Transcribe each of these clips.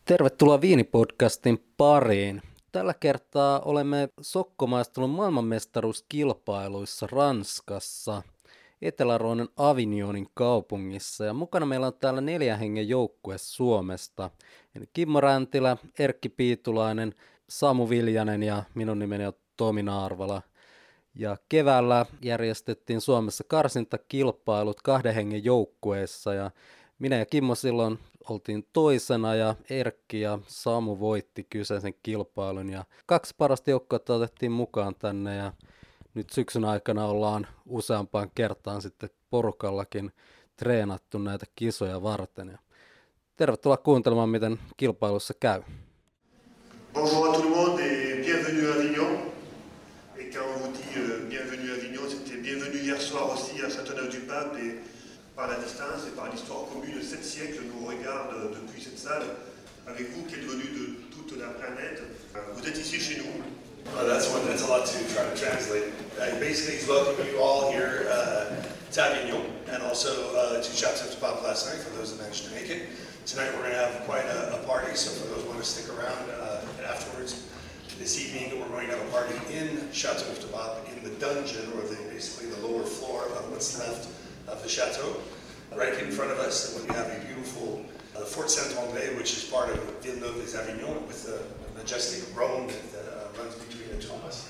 Tervetuloa Viinipodcastin pariin. Tällä kertaa olemme sokkomaistelun maailmanmestaruuskilpailuissa Ranskassa, Etelä-Rhonen Avignonin kaupungissa. Ja mukana meillä on täällä 4 hengen joukkue Suomesta. Eli Kimmo Räntilä, Erkki Piitulainen, Samu Viljanen ja minun nimeni on Tomi Naarvala. Ja keväällä järjestettiin Suomessa karsintakilpailut 2 hengen joukkueessa ja minä ja Kimmo silloin oltiin toisena ja Erkki ja Samu voitti kyseisen kilpailun ja 2 parasta joukkuetta otettiin mukaan tänne ja nyt syksyn aikana ollaan useampaan kertaan sitten porukallakin treenattu näitä kisoja varten. Ja tervetuloa kuuntelemaan, miten kilpailussa käy. Bonjour à tout le monde et bienvenue à Avignon. Et quand on vous dit bienvenue à Avignon, c'était bienvenue hier soir aussi à Châteauneuf-du-Pape et par la distance et par l'histoire commune, 7 siècles nous regardent depuis cette salle, avec vous qui êtes venus de toute la planète. Vous êtes ici chez nous. That's a lot to try to translate. Basically, he's welcoming you all here to Avignon and also to Châteauneuf-du-Pape last night for those that managed to make it. Tonight we're going to have quite a party, so for those who want to stick around afterwards, this evening we're going to have a party in Châteauneuf-du-Pape in the dungeon, or basically the lower floor of what's left of the chateau. Right in front of us, we have a beautiful Fort Saint-André, which is part of Villeneuve-les-Avignon, with the majestic Rhône that runs between the two of us.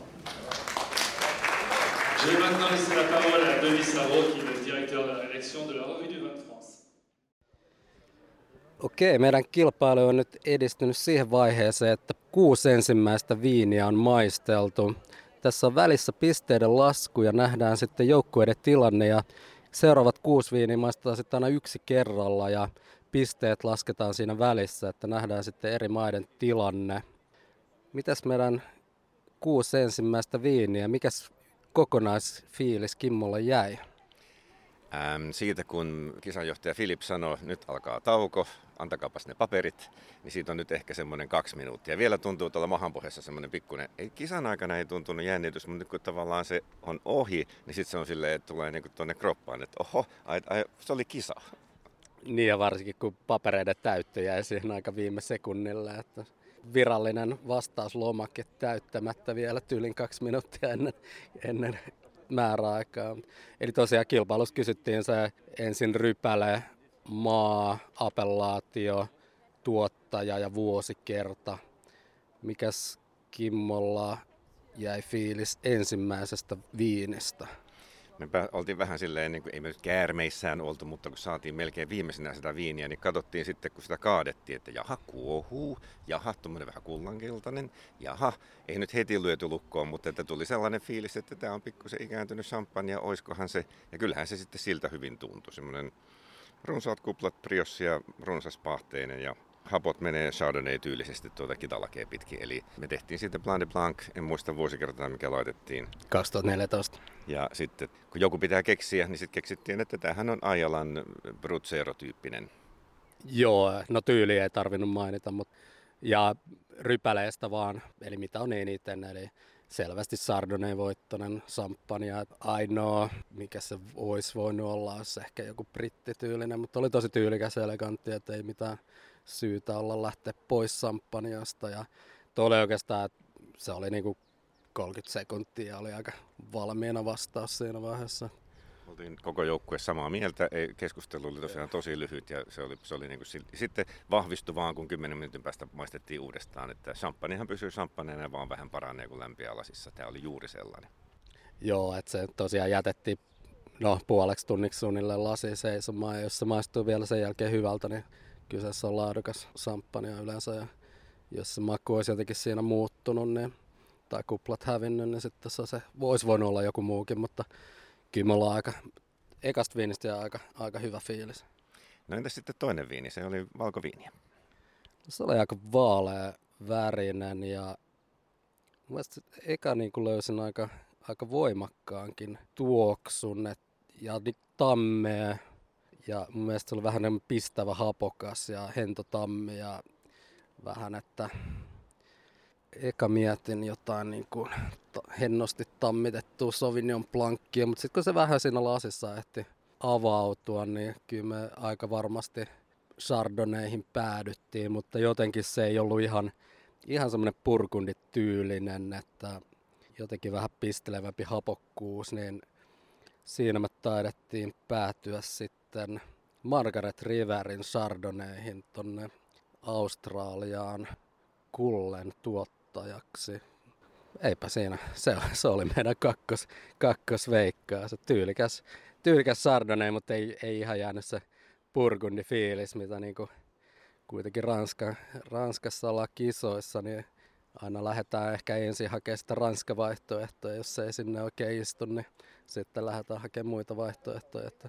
Je vais maintenant laisser la parole à Denis Sarrault, qui est le directeur de la rédaction de la Revue du Vin de France. Okei, meidän kilpailu on nyt edistynyt siihen vaiheeseen, että 6 ensimmäistä viiniä on maisteltu. Tässä on välissä pisteiden lasku ja nähdään sitten joukkueiden tilanne ja seuraavat 6 viiniä maistetaan sitten aina yksi kerralla ja pisteet lasketaan siinä välissä, että nähdään sitten eri maiden tilanne. Mitäs meidän 6 ensimmäistä viiniä, mikäs kokonaisfiilis Kimmolla jäi? Siitä kun kisanjohtaja Filip sanoi, nyt alkaa tauko, antakaapas ne paperit, niin siitä on nyt ehkä semmoinen 2 minuuttia. Vielä tuntuu tuolla mahanpohjassa semmoinen pikkuinen, kisan aikana ei tuntunut jännitys, mutta nyt kun tavallaan se on ohi, niin sitten se on silleen, että tulee niin kuin tuonne kroppaan, että oho, se oli kisa. Niin ja varsinkin kun papereiden täyttö jäi siihen aika viime sekunnilla, että virallinen vastauslomake täyttämättä vielä tyylin 2 minuuttia ennen määräaikaa. Eli tosiaan kilpailussa kysyttiin se ensin rypäle, maa, appellaatio, tuottaja ja vuosikerta. Mikäs Kimmolla jäi fiilis ensimmäisestä viinistä? Me oltiin vähän silleen, niin kuin, ei me nyt käärmeissään oltu, mutta kun saatiin melkein viimeisenä sitä viiniä, niin katsottiin sitten, kun sitä kaadettiin, että jaha, kuohuu, jaha, tuommoinen vähän kullankeltainen, jaha, ei nyt heti lyöty lukkoon, mutta että tuli sellainen fiilis, että tämä on pikkusen ikääntynyt champagne, ja oiskohan se, ja kyllähän se sitten siltä hyvin tuntui, semmoinen runsaat kuplat, briossia, runsaspahteinen ja hapot menee Chardonnay-tyylisesti tuota kitalakea pitkin. Eli me tehtiin siitä Blanc de Blanc, en muista vuosikertaa mikä laitettiin. 2014. Ja sitten kun joku pitää keksiä, niin sitten keksittiin, että tämähän on Aijalan Bruzzero-tyyppinen. Joo, no tyyli ei tarvinnut mainita, mutta ja rypäleestä vaan, eli mitä on eniten, eli selvästi Chardonnay-voittoinen champagne. Ainoa, mikä se olisi voinut olla, olisi ehkä joku brittityylinen, mutta oli tosi tyylikäs ja elegantti, että ei mitään syytä olla lähteä pois champagneasta. Ja tuo oli oikeastaan, että se oli niinku 30 sekuntia ja oli aika valmiina vastaus siinä vaiheessa. Oltiin koko joukkue samaa mieltä, keskustelu oli tosiaan tosi lyhyt ja se oli niin kuin sitten vahvistui vaan, kun 10 minuutin päästä maistettiin uudestaan, että champagnehan pysyy champagneena, vaan vähän paranee kuin lämpiälasissa. Tämä oli juuri sellainen. Joo, että se tosiaan jätettiin puoleksi tunniksi suunnilleen lasi seisomaan, ja jos se maistuu vielä sen jälkeen hyvältä, niin kyseessä on laadukas champagne yleensä, ja jos se maku olisi jotenkin siinä muuttunut, niin, tai kuplat hävinnyt, niin sitten se voisi voinut olla joku muukin, mutta kyllä me ollaan ekasta viinistä ja aika hyvä fiilis. No entäs sitten toinen viini? Se oli valkoviiniä. Se oli aika vaalea värinen ja mielestäni eka niin kuin löysin aika voimakkaankin tuoksun ja tammea. Ja mun mielestä se oli vähän pistävä hapokas ja hentotammi ja vähän, että eka mietin jotain niin kuin hennosti tammitettua Sauvignon Blancia, mutta sitten kun se vähän siinä lasissa ehti avautua, niin kyllä me aika varmasti Chardonnayhin päädyttiin, mutta jotenkin se ei ollut ihan semmoinen burgundityylinen, että jotenkin vähän pistelevämpi hapokkuus, niin siinä me taidettiin päätyä sitten Margaret Riverin Chardonnayhin tonne Australiaan Kullen tuottajaksi. Eipä siinä, se oli meidän kakkosveikkaa, se tyylikäs Chardonnay, mutta ei ihan jäänyt se burgundi-fiilis, mitä niinku kuitenkin Ranskassa ollaan kisoissa, niin aina lähdetään ehkä ensin hakemaan sitä Ranska-vaihtoehtoa, jos se ei sinne oikein istu, niin sitten lähdetään hakemaan muita vaihtoehtoja, että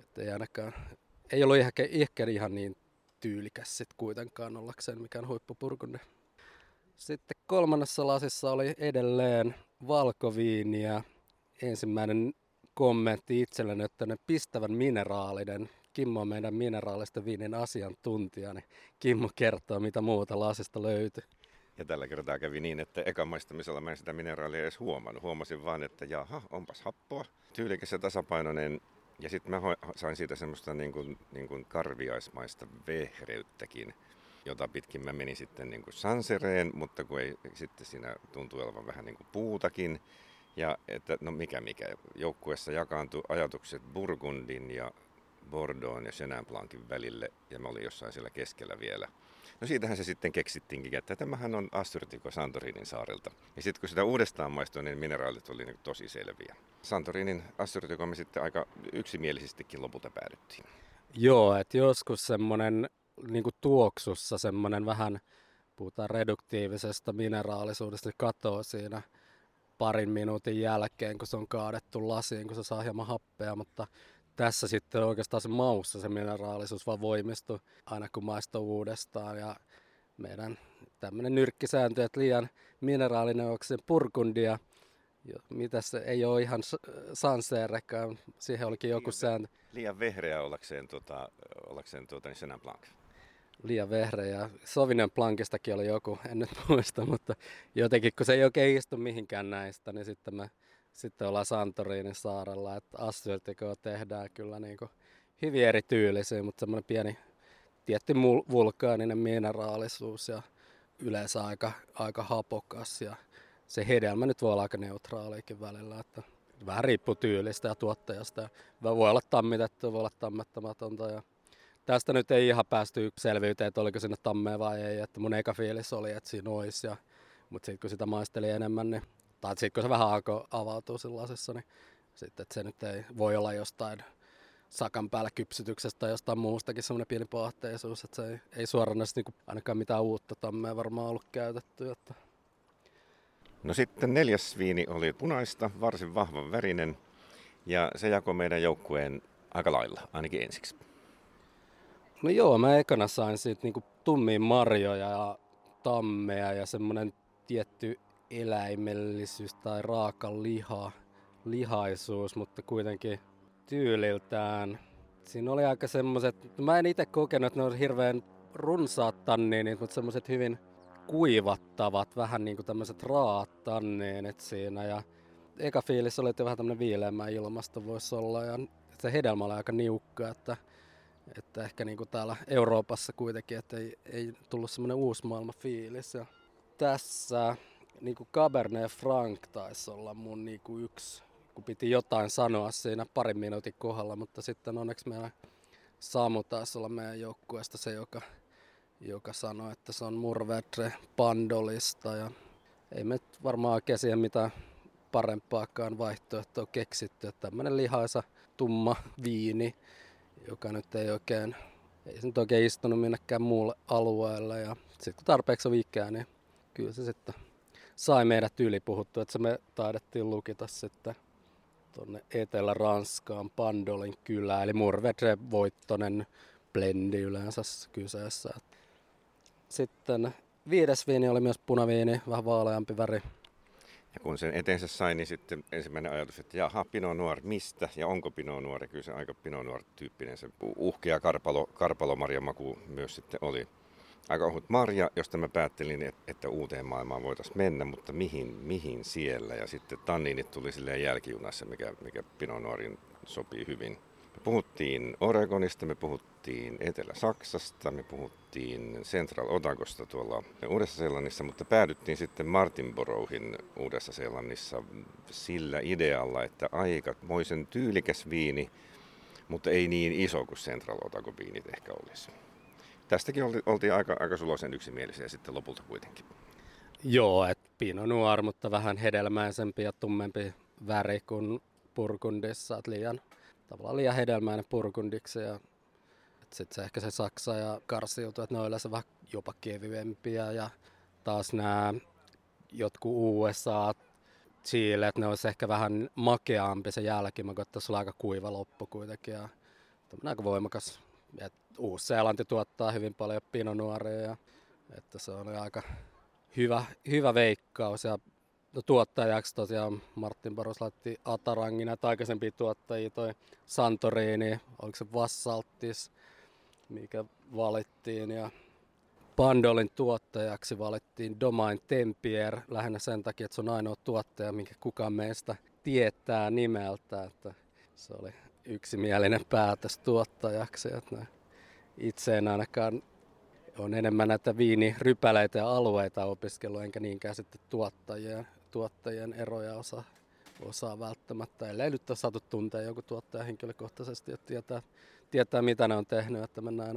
ei ollut ehkä ihan niin tyylikäs sitten kuitenkaan ollakseen mikään huippupurgunne. Sitten kolmannessa lasissa oli edelleen valkoviiniä. Ensimmäinen kommentti itselleni, että ne pistävän mineraalinen. Kimmo on meidän mineraalisten viinin asiantuntija, niin Kimmo kertoo, mitä muuta lasista löytyi. Ja tällä kertaa kävi niin, että ekan maistamisella mä en sitä mineraalia edes huomannut. Huomasin vaan, että jaha, onpas happoa, tyylikäs ja tasapainoinen. Ja sitten mä sain siitä semmoista niin kuin karviaismaista vehreyttäkin, jota pitkin mä menin sitten niin kuin Sancereen, mutta kun ei sitten siinä tuntui olevan vähän niin kuin puutakin. Ja että no mikä, joukkueessa jakaantui ajatukset Burgundin ja Bordeaux ja Chenin Blancin välille, ja mä olin jossain siellä keskellä vielä. No siitähän se sitten keksittiinkin, että tämähän on Asturtico Santorinin saarilta. Ja sitten kun sitä uudestaan maistui, niin mineraalit oli niin tosi selviä. Santorinin Asturtico me sitten aika yksimielisestikin lopulta päädyttiin. Joo, että joskus semmoinen niin kuin tuoksussa semmoinen vähän, puhutaan reduktiivisesta mineraalisuudesta, se katoaa siinä parin minuutin jälkeen, kun se on kaadettu lasiin, kun se saa hieman happea, mutta tässä sitten oikeastaan se maussa se mineraalisuus vaan voimistui aina kun maistuu uudestaan. Ja meidän tämmöinen nyrkkisääntö, että liian mineraalinen onko se burgundia, mitä se ei ole ihan Sancerrekaan, siihen olikin joku sääntö. Liian vehreä ollakseen Chenin Blanc. Liian vehreä. Sauvignon Blancistakin oli joku, en nyt muista, mutta jotenkin kun se ei oikein istu mihinkään näistä, niin sitten ollaan Santorinin saarella, että Asturticoa tehdään kyllä niin kuin hyvin erityylisiä, mutta semmoinen pieni tietty vulkaaninen mineraalisuus ja yleensä aika hapokas ja se hedelmä nyt voi olla aika neutraaliikin välillä, että vähän riippuu tyylistä ja tuottajasta ja voi olla tammitettua, voi olla tammettamatonta ja tästä nyt ei ihan päästy selvyyteen, että oliko sinne tammea vai ei, että mun eka fiilis oli, että siinä olisi, mutta sitten kun sitä maisteli enemmän, niin tai sitten kun se vähän alkoi avautua sellaisessa, niin sitten että se nyt ei voi olla jostain sakan päällä kypsytyksestä tai jostain muustakin semmoinen pieni paahteisuus, että se ei suoranaisesti niin ainakaan mitään uutta tammea varmaan ollut käytetty. Että. No sitten neljäs viini oli punaista, varsin vahvan värinen ja se jakoi meidän joukkueen aika lailla, ainakin ensiksi. No joo, mä ekana sain siitä niin tummia marjoja ja tammea ja semmoinen tietty eläimellisyys tai raaka lihaisuus, mutta kuitenkin tyyliltään. Siinä oli aika semmoiset, mä en itse kokenut, että ne on hirveän runsaat tanniinit, mutta semmoiset hyvin kuivattavat, vähän niin kuin tämmöiset raat tanniinit siinä. Ja eka fiilis oli, että vähän tämmöinen viileämä ilmasto voisi olla ja se hedelmä oli aika niukka, että ehkä niin kuin täällä Euroopassa kuitenkin, että ei tullut semmoinen uusi maailman fiilis. Ja tässä niin kuin Cabernet Franc taisi olla mun niin kuin yksi, kun piti jotain sanoa siinä parin minuutin kohdalla, mutta sitten onneksi meillä Samu taisi olla meidän joukkueesta se, joka sanoi, että se on Mourvedre Pandolista ja ei me varmaan oikein siihen mitään parempaakaan vaihtoehtoa keksitty, että tämmöinen lihaisa tumma viini, joka nyt ei se nyt oikein istunut minnekään muulle alueelle ja sitten kun tarpeeksi on ikää, niin kyllä se sitten sai meidät ylipuhuttu, että se me taidettiin lukita sitten tuonne Etelä-Ranskaan Pandolin kylään, eli Mourvedre voittonen blendi yleensä kyseessä. Sitten viides viini oli myös punaviini, vähän vaaleampi väri. Ja kun sen eteensä sai, niin sitten ensimmäinen ajatus, että jaha, Pinot Noir mistä ja onko Pinot Noir? Ja kyllä se aika Pinot Noir-tyyppinen, se uhkea karpalomarjamaku myös sitten oli. Aika ohut marja, josta mä päättelin, että uuteen maailmaan voitaisiin mennä, mutta mihin siellä. Ja sitten tanniinit tuli silleen jälkijunassa, mikä Pinot Noirin sopii hyvin. Me puhuttiin Oregonista, me puhuttiin Etelä-Saksasta, me puhuttiin Central Otagosta tuolla Uudessa-Seelannissa, mutta päädyttiin sitten Martinboroughhin Uudessa-Seelannissa sillä idealla, että aikamoisen tyylikäs viini, mutta ei niin iso kuin Central Otagon viinit ehkä olisi. Tästäkin oltiin aika suloisen yksimielisiä sitten lopulta kuitenkin. Joo, että Pinot Noir, mutta vähän hedelmäisempi ja tummempi väri kuin Burgundissa, että tavallaan liian hedelmäinen Burgundiksi ja sitten se ehkä se saksa ja karsiutu, että ne on yleensä vähän jopa kevyempiä ja taas nämä jotkut USA, Chile, että ne olisi ehkä vähän makeampi se jälkimaku, että tässä on aika kuiva loppu kuitenkin ja aika voimakas. Uusi-Seelanti tuottaa hyvin paljon Pinot Noiria ja että se oli aika hyvä veikkaus ja tuottajaksi tosiaan Martinboroughs laitti Atarangin näitä aikaisempia tuottajia, toi Santorini, oliko se Vassaltis, mikä valittiin ja Bandolin tuottajaksi valittiin Domaine Tempier lähinnä sen takia, että se on ainoa tuottaja, minkä kukaan meistä tietää nimeltä, että se oli yksimielinen päätös tuottajaksi, että itse en ainakaan on enemmän näitä viinirypäleitä ja alueita opiskellut, enkä niinkään sitten tuottajien eroja osaa välttämättä. Ellei nyt ole saatu tuntea joku tuottaja henkilökohtaisesti, että tietää mitä ne on tehnyt, että mennään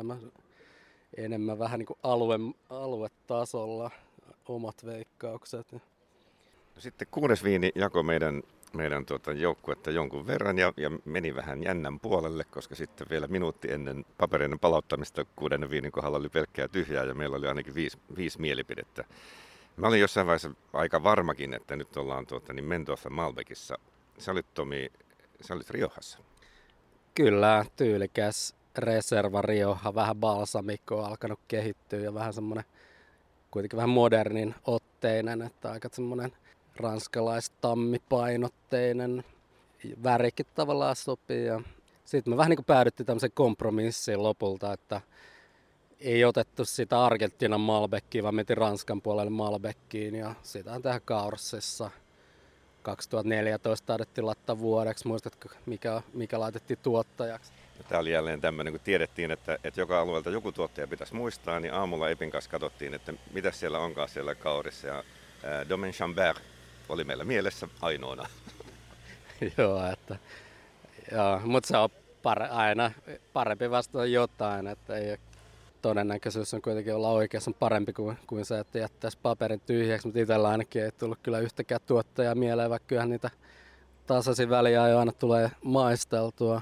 enemmän vähän niin kuin aluetasolla omat veikkaukset. No sitten 6. viini jakoi meidän joukkuetta jonkun verran ja meni vähän jännän puolelle, koska sitten vielä minuutti ennen paperinen palauttamista 6. viinin kohdalla oli pelkkää tyhjää ja meillä oli ainakin 5 mielipidettä. Mä olin jossain vaiheessa aika varmakin, että nyt ollaan Mendoza Malbecissa. Sä olit Riojassa. Kyllä, tyylikäs Reserva Rioja, vähän balsamikkoa alkanut kehittyä ja vähän semmoinen kuitenkin vähän modernin otteinen, että aika semmoinen ranskalaistammipainotteinen värikin tavallaan sopii. Sitten me vähän niin kuin päädyttiin tämmöiseen kompromissiin lopulta, että ei otettu sitä Argentiinan Malbecia, vaan mentiin Ranskan puolelle Malbeciin ja sitä on tähän Cahors 2014 taidettiin laittaa vuodeksi. Muistatko, mikä laitettiin tuottajaksi? Tämä oli jälleen tämmöinen, kun tiedettiin, että joka alueelta joku tuottaja pitäisi muistaa, niin aamulla Epin kanssa katsottiin, että mitä siellä onkaan siellä Cahorsissa. Ja Domaine Chambert oli meillä mielessä ainoana. Joo, mutta se on aina parempi vastata jotain, että ei todennäköisyys on kuitenkin olla oikeassa parempi kuin se, että jättäisi paperin tyhjäksi, mutta itsellä ainakin ei tullut kyllä yhtäkään tuottajaa mieleen, vaikka kyllähän niitä tasaisin väliä aina tulee maisteltua.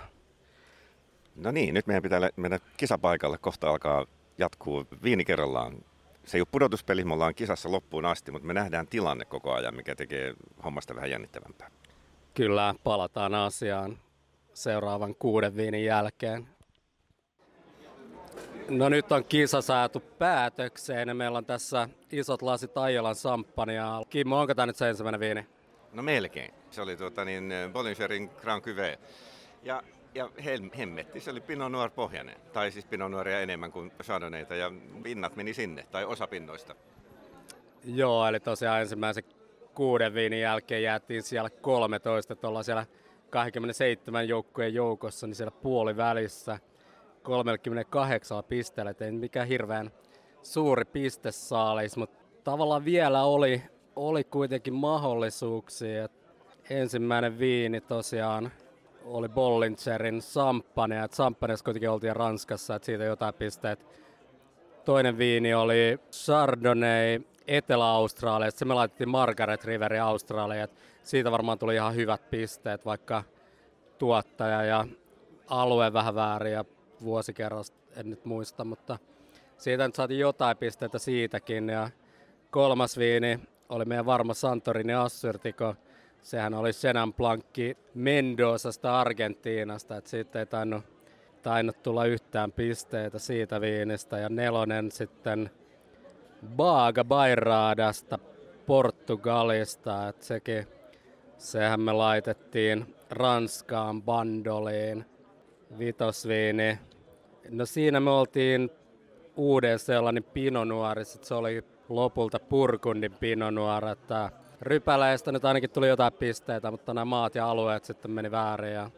No niin, nyt meidän pitää mennä kisapaikalle, kohta alkaa jatkuu viini kerrallaan. Se ei ole pudotuspeli, me ollaan kisassa loppuun asti, mutta me nähdään tilanne koko ajan, mikä tekee hommasta vähän jännittävämpää. Kyllä, palataan asiaan seuraavan 6 viinin jälkeen. No nyt on kisa saatu päätökseen ja meillä on tässä isot lasit Aijolan samppania. Kimmo, onko tämä nyt se ensimmäinen viini? No melkein. Se oli Bollingerin Grand Cuvée. Ja hemmetti, se oli Pinot Noir pohjainen. Tai siis Pinot Noiria enemmän kuin Chardonnayta ja pinnat meni sinne, tai osa pinnoista. Joo, eli tosiaan ensimmäisen 6 viinin jälkeen jäätiin siellä 13, että ollaan siellä 27 joukkueen joukossa, niin siellä puolivälissä 38 pisteellä, että ei mikään hirveän suuri pistesaalis, mutta tavallaan vielä oli kuitenkin mahdollisuuksia. Ensimmäinen viini tosiaan oli Bollingerin Champagne, että Champagneissa kuitenkin oltiin Ranskassa, että siitä jotain pisteet. Toinen viini oli Chardonnay Etelä-Australiasta, se me laitettiin Margaret Riveri Australiaan, siitä varmaan tuli ihan hyvät pisteet, vaikka tuottaja ja alue vähän väärin ja vuosikerrosta en nyt muista, mutta siitä nyt saatiin jotain pisteitä siitäkin. Ja 3. viini oli meidän varma Santorini Assyrtiko. Sehän oli Chenin Blanc Mendozasta Argentiinasta, että siitä ei tainnut tulla yhtään pisteitä siitä viinistä. Ja 4. sitten Baga Bayradasta Portugalista, että sehän me laitettiin Ranskaan Bandoliin. 5. viini. No siinä me oltiin Uuden-Seelannin Pinot Noirissa, se oli lopulta Burgundin Pinot Noir, että rypäleistä nyt ainakin tuli jotain pisteitä, mutta nämä maat ja alueet sitten meni väärin. Ja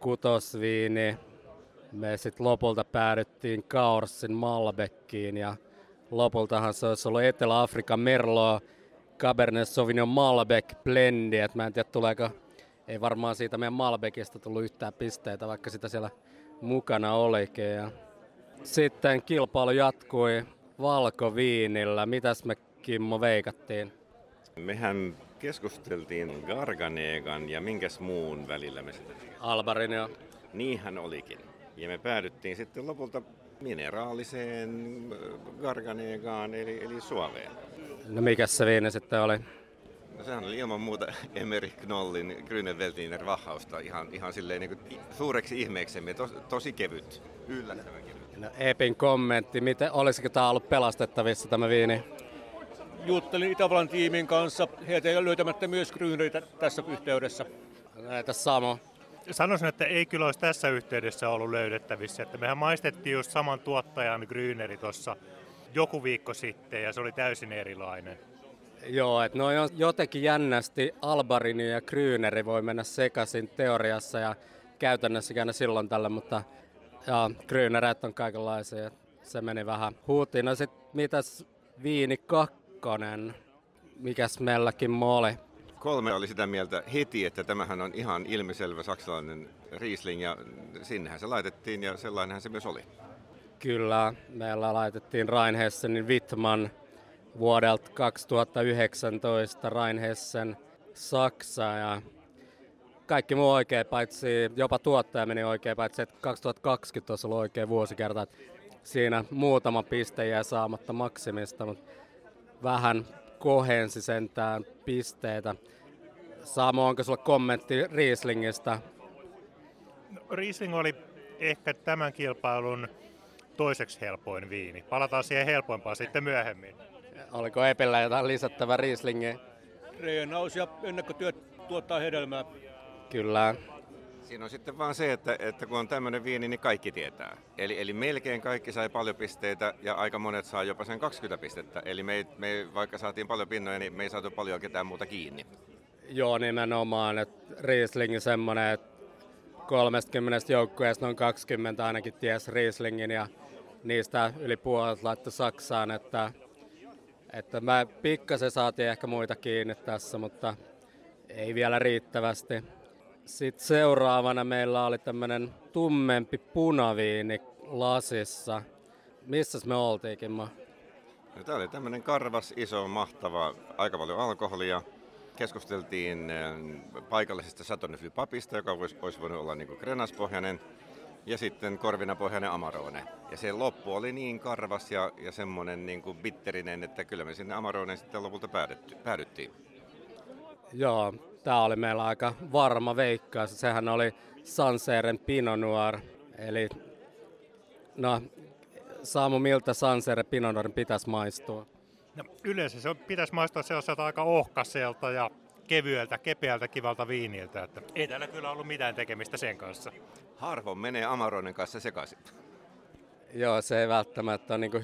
kutosviini. Me sitten lopulta päädyttiin Cahorsin Malbeckiin ja lopultahan se olisi ollut Etelä-Afrikan Merlot Cabernet Sauvignon Malbec Blendi. Et mä en tiedä tuleeko, ei varmaan siitä meidän Malbecista tullut yhtään pisteitä, vaikka sitä siellä mukana olikin. Ja sitten kilpailu jatkui valkoviinillä. Mitäs me, Kimmo, veikattiin? Mehän keskusteltiin Garganegan ja minkäs muun välillä me sitä. Albarin jo. Niinhän olikin. Ja me päädyttiin sitten lopulta mineraaliseen Garganegaan eli Suoveen. No mikäs se viini sitten oli? No sehän oli ilman muuta Emmerich Knollin Grünen Vahausta ihan silleen niin kuin suureksi ihmeeksemme. Tosi kevyt, yllättävän kevyt. No, Epin kommentti, miten olisiko tämä ollut pelastettavissa tämä viini? Juttelin Itävallan tiimin kanssa, heiltä ei ole löytämättä myös Grünereitä tässä yhteydessä. Näitä Samo. Sanoisin, että ei kyllä olisi tässä yhteydessä ollut löydettävissä. Että mehän maistettiin just saman tuottajan Grüneri tuossa joku viikko sitten ja se oli täysin erilainen. Joo, että no jotenkin jännästi Albarini ja Grüneri voi mennä sekaisin teoriassa ja käytännössäkin aina silloin tällä, mutta Grünerät on kaikenlaisia. Se meni vähän huutiin. No sit mitäs viini kakkonen? Mikäs meilläkin oli? 3 oli sitä mieltä heti, että tämähän on ihan ilmiselvä saksalainen Riesling ja sinnehän se laitettiin ja sellainenhan se myös oli. Kyllä, meillä laitettiin Rheinhessenin Wittmann vuodelta 2019 Rheinhessen Saksa ja kaikki muu oikein, paitsi jopa tuottaja meni oikein, paitsi että 2020 olisi ollut oikein vuosikerta. Että siinä muutama piste jäi saamatta maksimista, mutta vähän kohensi sentään pisteitä. Saamo, onko sulla kommentti Rieslingistä? No, Riesling oli ehkä tämän kilpailun toiseksi helpoin viini. Palataan siihen helpoimpaan sitten myöhemmin. Oliko Epillä jotain lisättävää Rieslingiin? Treenaus ja ennakkotyöt tuottaa hedelmää. Kyllä. Siinä on sitten vaan se, että kun on tämmöinen viini, niin kaikki tietää. Eli melkein kaikki sai paljon pisteitä ja aika monet saa jopa sen 20 pistettä. Eli me vaikka saatiin paljon pinnoja, niin me ei saatu paljon ketään muuta kiinni. Joo, nimenomaan. Että Riesling semmoinen, että 30 joukkueesta noin 20 ainakin ties Rieslingin ja niistä yli puolet laittoi Saksaan. Että mä pikkasen saatiin ehkä muita kiinni tässä, mutta ei vielä riittävästi. Sitten seuraavana meillä oli tämmönen tummempi punaviini lasissa. Missäs me oltiinkin, Kimmo? No, tämä oli tämmöinen karvas, iso, mahtava, aika paljon alkoholia. Keskusteltiin paikallisesta Chateauneuf-papista, joka olisi voinut olla niin kuin Grenache-pohjainen, ja sitten korvinapohjainen Amarone. Ja se loppu oli niin karvas ja semmoinen niin kuin bitterinen, että kyllä me sinne Amaroneen sitten lopulta päädyttiin. Joo, tää oli meillä aika varma veikkaus. Sehän oli Sancerren Pinot Noir. Eli, no, Samu, miltä Sancerren Pinot Noirin pitäisi maistua? No, yleensä se pitäisi maistua sellaiselta aika ohkaiselta ja kevyeltä, kepeältä, kivalta viiniltä. Että ei täällä kyllä ollut mitään tekemistä sen kanssa. Harvoin menee Amaronen kanssa sekaisin. Joo, se ei välttämättä ole niin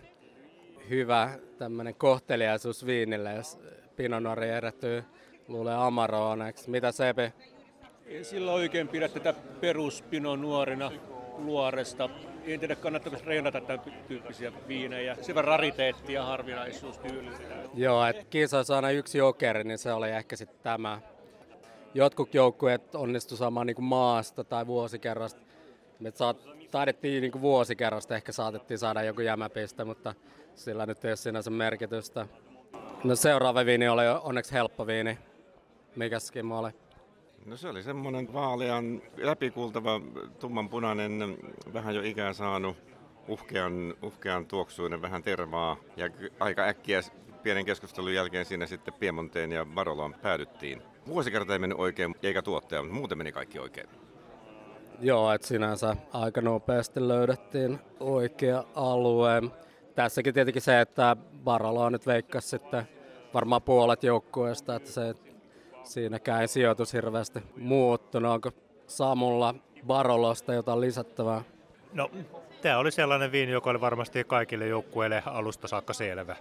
hyvä tämmöinen kohteliaisuus viinille, jos Pinot Noir erätyy luulee Amaroneksi. Mitä Sepi? En sillä oikein pidä tätä peruspinon nuorina luoresta. En tiedä, kannattaako treenata tämän tyyppisiä viinejä. Se on rariteetti ja harvinaisuus tyylistä. Joo, että kisoissa aina yksi jokeri, niin se oli ehkä sitten tämä. Jotkut joukkueet onnistu saamaan niin kuin maasta tai vuosikerrasta. Me taidettiin niin kuin vuosikerrasta, ehkä saatettiin saada joku jämäpiste, mutta sillä nyt ei ole sinänsä merkitystä. No seuraava viini oli onneksi helppo viini. Mikäs Kimmo oli? No se oli semmoinen vaalean, läpikultava, tummanpunainen, vähän jo ikää saanut, uhkean tuoksuinen, vähän tervaa. Ja aika äkkiä pienen keskustelun jälkeen siinä sitten Piemonteen ja Barolaan päädyttiin. Vuosikerta ei mennyt oikein, eikä tuottaja, mutta muuten meni kaikki oikein. Joo, että sinänsä aika nopeasti löydettiin oikea alue. Tässäkin tietenkin se, että Barola nyt veikkasi sitten varmaan puolet joukkueesta, että se siinäkään ei sijoitus hirveästi muuttunut. Onko Samulla Barolosta jotain lisättävää? No, tämä oli sellainen viini, joka oli varmasti kaikille joukkueille alusta saakka selvä.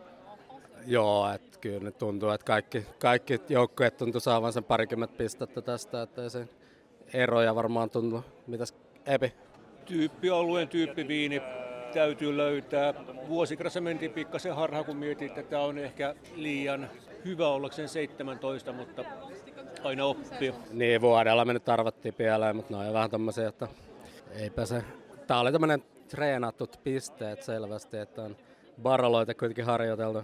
Joo, että kyllä nyt tuntuu, että kaikki joukkueet tuntuu saavan sen parikymmentä pistettä tästä, että eroja varmaan tuntuu. Mitäs Epi? Tyyppialueen tyyppiviini täytyy löytää. Vuosikerrassa mentiin pikkasen harhaan, kun mietin, että tämä on ehkä liian hyvä ollakseen 17, mutta aina oppii. Niin, vuodella me nyt arvattiin pieleen, mutta ne on vähän tommosia, että eipä se. Tää oli tämmönen treenattut pisteet selvästi, että on baroloita kuitenkin harjoiteltu.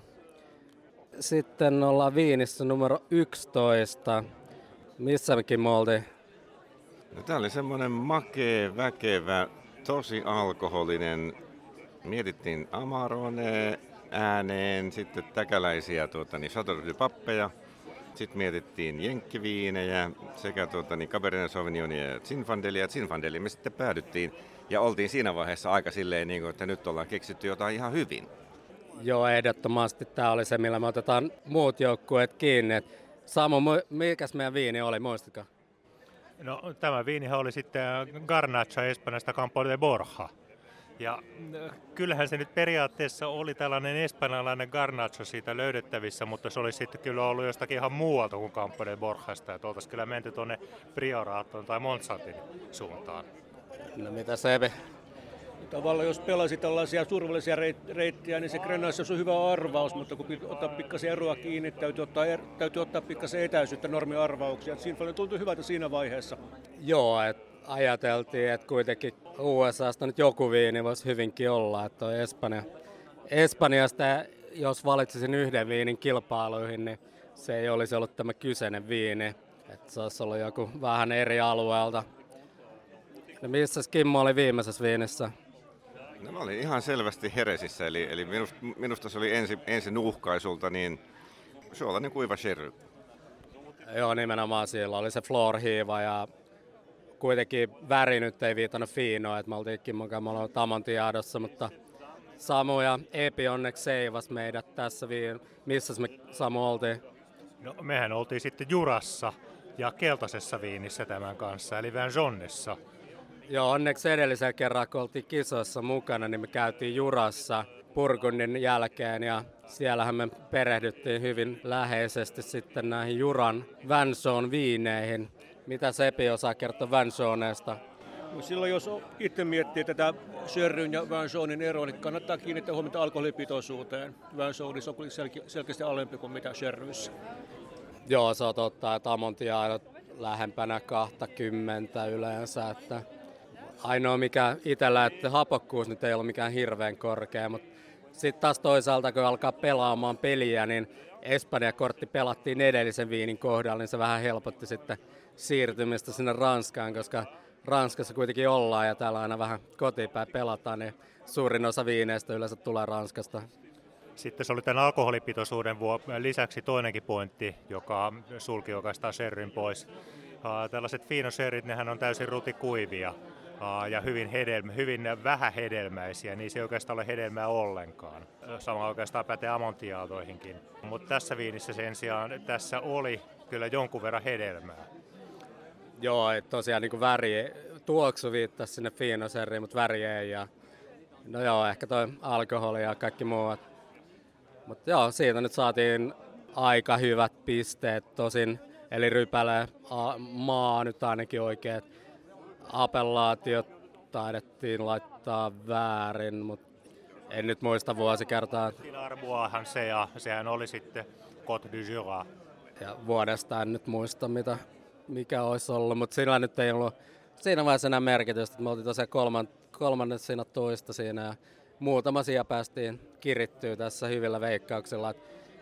Sitten ollaan viinissä numero 11. Missäkin me oltiin? No, tää oli semmoinen makea, väkevä, tosi alkoholinen. Mietittiin Amarone ääneen, sitten täkäläisiä Chateau de Pappeja. Sitten mietittiin jenkkiviinejä sekä Cabernet Sauvignonia ja Zinfandelia. Zinfandeliin me sitten päädyttiin ja oltiin siinä vaiheessa aika silleen, että nyt ollaan keksitty jotain ihan hyvin. Joo, ehdottomasti tämä oli se, millä me otetaan muut joukkueet kiinni. Samu, mikäs meidän viini oli, muistatko? No, tämä viinihän oli sitten Garnacha Espanjasta Campo de Borja. Ja kyllähän se nyt periaatteessa oli tällainen espanjalainen Garnacho siitä löydettävissä, mutta se olisi sitten kyllä ollut jostakin ihan muualta kuin Campo de Borjasta. Että oltaisiin kyllä menty tuonne Prioraton tai Monsantin suuntaan. No mitä Sebi? Tavallaan jos pelasi tällaisia turvallisia reittejä, niin se Grenache on hyvä arvaus, mutta kun ottaa pikkasen eroa kiinni, täytyy ottaa pikkasen etäisyyttä normiarvauksia. Zinfandel tuntui hyvältä siinä vaiheessa. Joo, että ajateltiin, että kuitenkin USAsta nyt joku viini voisi hyvinkin olla, että on Espanjasta, jos valitsisin yhden viinin kilpailuihin, niin se ei olisi ollut tämä kyseinen viini, että se olisi ollut joku vähän eri alueelta. No missä Kimmo oli viimeisessä viinissä? No, mä olin ihan selvästi Heresissä, eli minusta se oli ensi nuuhkaisulta niin suolainen kuiva sherry. Joo, nimenomaan siellä oli se floor-hiiva ja kuitenkin väri nyt ei viitannut fiinoa, että me oltiin Kimmon kanssa Amontillaadossa, mutta Samu ja Epi onneksi seivas meidät tässä missä me Samu oltiin? No, mehän oltiin sitten Jurassa ja keltaisessa viinissä tämän kanssa, eli Vinjonnessa. Joo, onneksi edellisellä kerralla, kun oltiin kisoissa mukana, niin me käytiin Jurassa Burgundin jälkeen ja siellähän me perehdyttiin hyvin läheisesti sitten näihin Juran Vinjon viineihin. Mitä Sepi osaa kertoa Vinjonesta? Silloin jos itse miettii tätä sherryn ja Vinjonin eroa, niin kannattaa kiinnittää huomiota alkoholipitoisuuteen. Vinjonissa on selkeästi alempi kuin mitä sherryissä. Joo, se on totta, että Amontillado lähempänä 20 yleensä. Että ainoa mikä itsellä, että hapokkuus nyt ei ollut mikään hirveän korkea, mutta sitten taas toisaalta kun alkaa pelaamaan peliä, niin Espanja-kortti pelattiin edellisen viinin kohdalla, niin se vähän helpotti sitten siirtymistä sinne Ranskaan, koska Ranskassa kuitenkin ollaan ja täällä aina vähän kotipäin pelataan, niin suurin osa viineistä yleensä tulee Ranskasta. Sitten se oli tämän alkoholipitoisuuden lisäksi toinenkin pointti, joka sulki oikeastaan sherryn pois. Tällaiset fiinosherrit, nehän on täysin rutikuivia ja hyvin vähähedelmäisiä, niin se ei oikeastaan ole hedelmää ollenkaan. Sama oikeastaan pätee Amontilladoihinkin. Mutta tässä viinissä sen sijaan tässä oli kyllä jonkun verran hedelmää. Joo, tosiaan niin kuin väri, tuoksu viittasi sinne fiinosherriin, mutta väri ei. Ja, no joo, ehkä toi alkoholi ja kaikki muut. Mutta joo, siitä nyt saatiin aika hyvät pisteet tosin. Eli rypäle maa nyt ainakin oikein. Appellaatiot taidettiin laittaa väärin, mutta en nyt muista vuosikertaa. Arboahan se ja sehän oli sitten Côte du Jura. Ja vuodesta en nyt muista mikä olisi ollut, mutta sillä nyt ei ollut siinä vaiheessa enää merkitystä. Me oltiin tosiaan kolmannes siinä toista siinä ja muutama sija päästiin kirittyä tässä hyvillä veikkauksilla.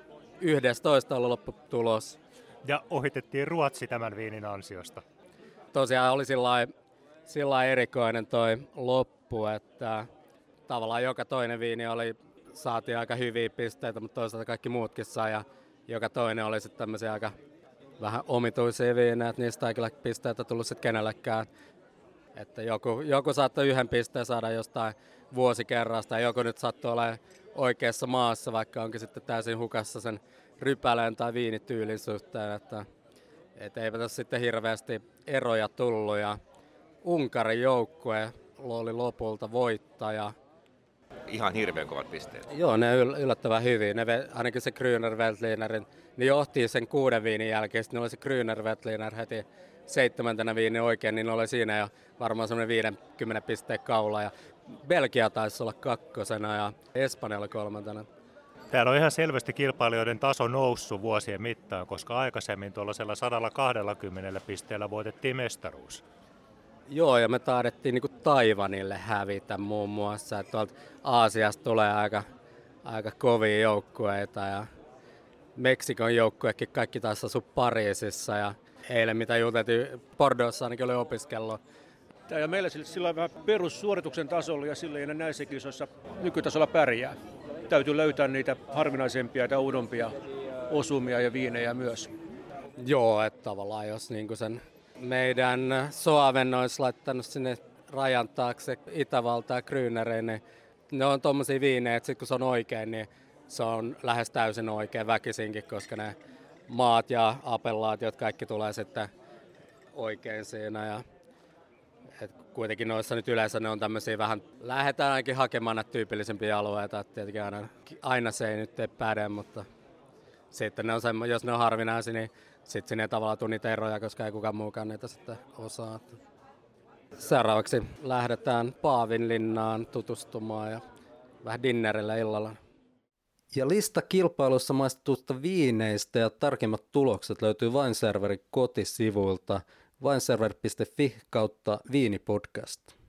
11 oli lopputulos. Ja ohitettiin Ruotsi tämän viinin ansiosta. Tosiaan oli sillä erikoinen toi loppu, että tavallaan joka toinen viini saatiin aika hyviä pisteitä, mutta toisaalta kaikki muutkin sai ja joka toinen oli sitten tämmöisiä aika vähän omituisia viinejä, että niistä ei kyllä pisteitä tullut sitten kenellekään. Että joku saattoi yhden pisteen saada jostain vuosikerrasta ja joku nyt saattoi olla oikeassa maassa, vaikka onkin sitten täysin hukassa sen rypäleen tai viinityylin suhteen, että eipä tässä sitten hirveästi eroja tullut ja Unkarin joukkue oli lopulta voittaja. Ihan hirveän kovat pisteet. Joo, ne yllättävän hyvin. Ainakin se Grüner Veltlinerin, ne johti sen 6 viinin jälkeen, sitten oli se Grüner Veltliner heti 7. viini oikein, niin olen siinä ja varmaan semmoinen 50 pisteen kaula. Ja Belgia taisi olla 2. ja Espanja oli 3. Täällä on ihan selvästi kilpailijoiden taso noussut vuosien mittaan, koska aikaisemmin tuollaisella 120 pisteellä voitettiin mestaruus. Joo, ja me taidettiin niin kuin Taiwanille hävitä muun muassa, että tuolta Aasiasta tulee aika kovia joukkueita ja Meksikon joukkuekin kaikki taas asu Pariisissa ja eilen mitä juteltiin, Bordeauxssa ainakin oli opiskellut. Ja meillä sillä on vähän perussuorituksen tasolla ja sillä ei näissä kisoissa nykytasolla pärjää. Täytyy löytää niitä harvinaisempia tai uudompia osumia ja viinejä myös. Joo, että tavallaan jos niinku sen meidän Soaven olisi laittanut sinne rajan taakse Itävaltaa ja Grünereen, niin ne on tommosia viinejä, että sit kun se on oikein, niin se on lähes täysin oikein väkisinkin, koska ne maat ja appellaatiot kaikki tulee sitten oikein siinä. Ja et kuitenkin noissa nyt yleensä ne on tämmöisiä vähän, lähdetään ainakin hakemaan näitä tyypillisempiä alueita, että tietenkin aina se ei nyt päde, mutta sitten ne on jos ne on harvinaisia, niin sitten sinne ei tavallaan tule niitä eroja, koska ei kukaan muukaan niitä sitten osaa. Seuraavaksi lähdetään Paavinlinnaan tutustumaan ja vähän dinnerille illalla. Ja lista kilpailussa maistetusta viineistä ja tarkemmat tulokset löytyy Wineserverin kotisivuilta wineserver.fi/viinipodcast.